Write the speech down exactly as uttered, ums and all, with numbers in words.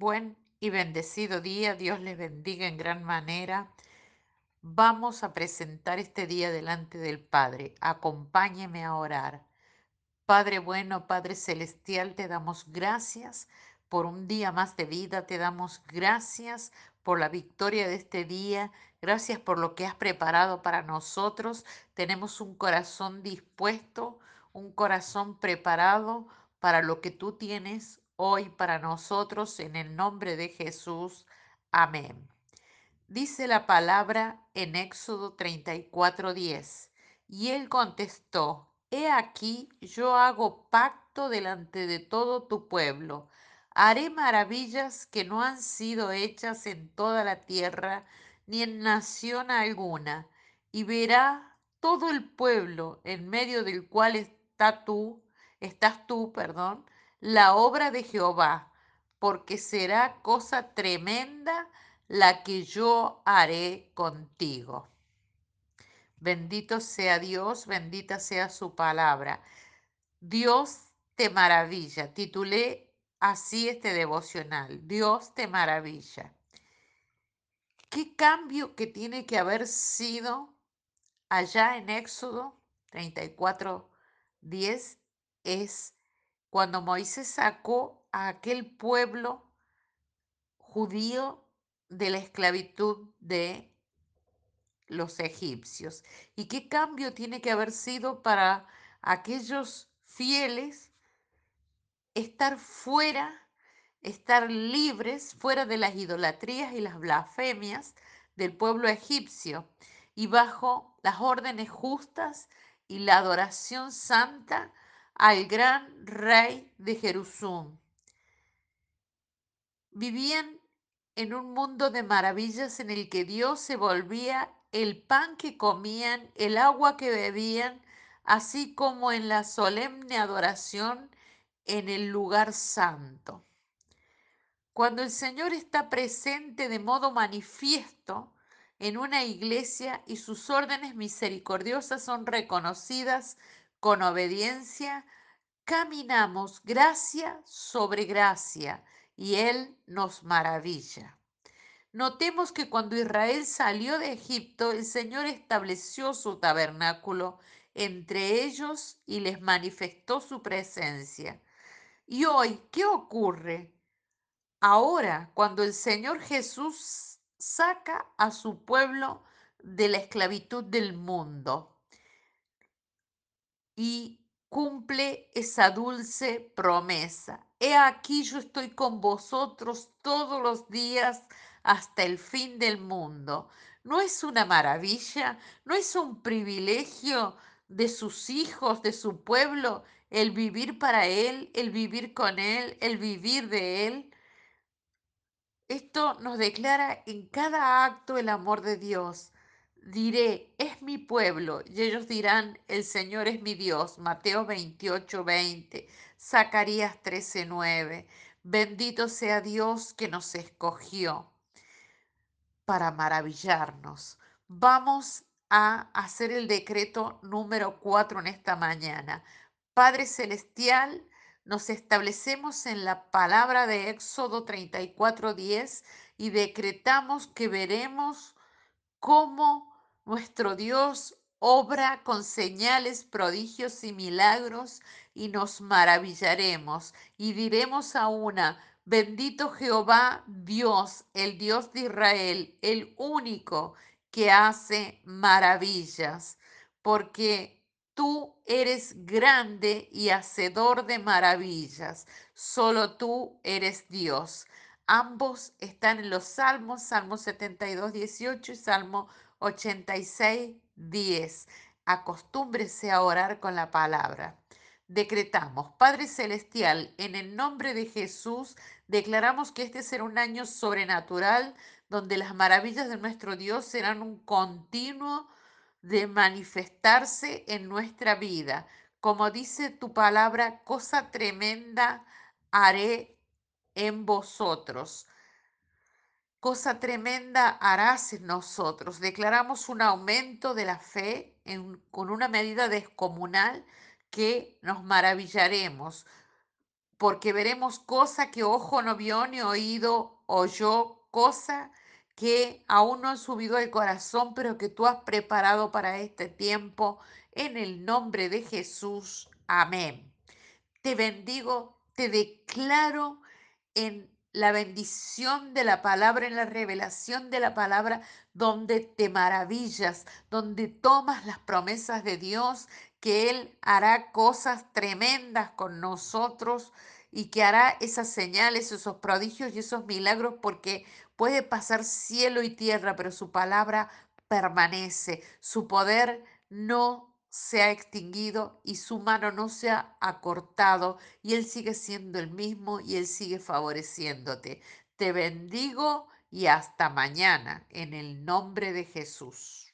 Buen y bendecido día, Dios les bendiga en gran manera. Vamos a presentar este día delante del Padre. Acompáñeme a orar. Padre bueno, Padre celestial, te damos gracias por un día más de vida, te damos gracias por la victoria de este día, gracias por lo que has preparado para nosotros. Tenemos un corazón dispuesto, un corazón preparado para lo que tú tienes hoy para nosotros, en el nombre de Jesús. Amén. Dice la palabra en Éxodo treinta y cuatro diez. Y él contestó, He aquí, yo hago pacto delante de todo tu pueblo. Haré maravillas que no han sido hechas en toda la tierra, ni en nación alguna. Y verá todo el pueblo en medio del cual está tú, estás tú, perdón, la obra de Jehová, porque será cosa tremenda la que yo haré contigo. Bendito sea Dios, bendita sea su palabra. Dios te maravilla. Titulé así este devocional. Dios te maravilla. ¿Qué cambio que tiene que haber sido allá en Éxodo treinta y cuatro diez es cuando Moisés sacó a aquel pueblo judío de la esclavitud de los egipcios? ¿Y qué cambio tiene que haber sido para aquellos fieles estar fuera, estar libres, fuera de las idolatrías y las blasfemias del pueblo egipcio y bajo las órdenes justas y la adoración santa al gran rey de Jerusalén? Vivían en un mundo de maravillas en el que Dios se volvía el pan que comían, el agua que bebían, así como en la solemne adoración en el lugar santo. Cuando el Señor está presente de modo manifiesto en una iglesia y sus órdenes misericordiosas son reconocidas con obediencia, caminamos gracia sobre gracia y Él nos maravilla. Notemos que cuando Israel salió de Egipto, el Señor estableció su tabernáculo entre ellos y les manifestó su presencia. Y hoy, ¿qué ocurre? Ahora, cuando el Señor Jesús saca a su pueblo de la esclavitud del mundo y cumple esa dulce promesa. He aquí yo estoy con vosotros todos los días hasta el fin del mundo. ¿No es una maravilla? ¿No es un privilegio de sus hijos, de su pueblo, el vivir para Él, el vivir con Él, el vivir de Él? Esto nos declara en cada acto el amor de Dios. Diré, es mi pueblo, y ellos dirán, el Señor es mi Dios. Mateo veintiocho veinte, Zacarías trece nueve. Bendito sea Dios que nos escogió para maravillarnos. Vamos a hacer el decreto número cuatro en esta mañana. Padre Celestial, nos establecemos en la palabra de Éxodo treinta y cuatro diez y decretamos que veremos cómo nuestro Dios obra con señales, prodigios y milagros, y nos maravillaremos y diremos a una, bendito Jehová Dios, el Dios de Israel, el único que hace maravillas, porque tú eres grande y hacedor de maravillas, solo tú eres Dios. Ambos están en los Salmos, Salmo setenta y dos, dieciocho y Salmo ochenta y seis, diez. Acostúmbrese a orar con la palabra. Decretamos, Padre Celestial, en el nombre de Jesús, declaramos que este será un año sobrenatural donde las maravillas de nuestro Dios serán un continuo de manifestarse en nuestra vida. Como dice tu palabra, cosa tremenda haré en vosotros. Cosa tremenda harás en nosotros. Declaramos un aumento de la fe en- con una medida descomunal que nos maravillaremos porque veremos cosa que ojo no vio ni oído oyó, cosa que aún no han subido al corazón, pero que tú has preparado para este tiempo, en el nombre de Jesús. Amén. Te bendigo, te declaro en la bendición de la palabra, en la revelación de la palabra, donde te maravillas, donde tomas las promesas de Dios, que Él hará cosas tremendas con nosotros y que hará esas señales, esos prodigios y esos milagros, porque puede pasar cielo y tierra, pero su palabra permanece, su poder no se ha extinguido y su mano no se ha acortado y Él sigue siendo el mismo y Él sigue favoreciéndote. Te bendigo y hasta mañana en el nombre de Jesús.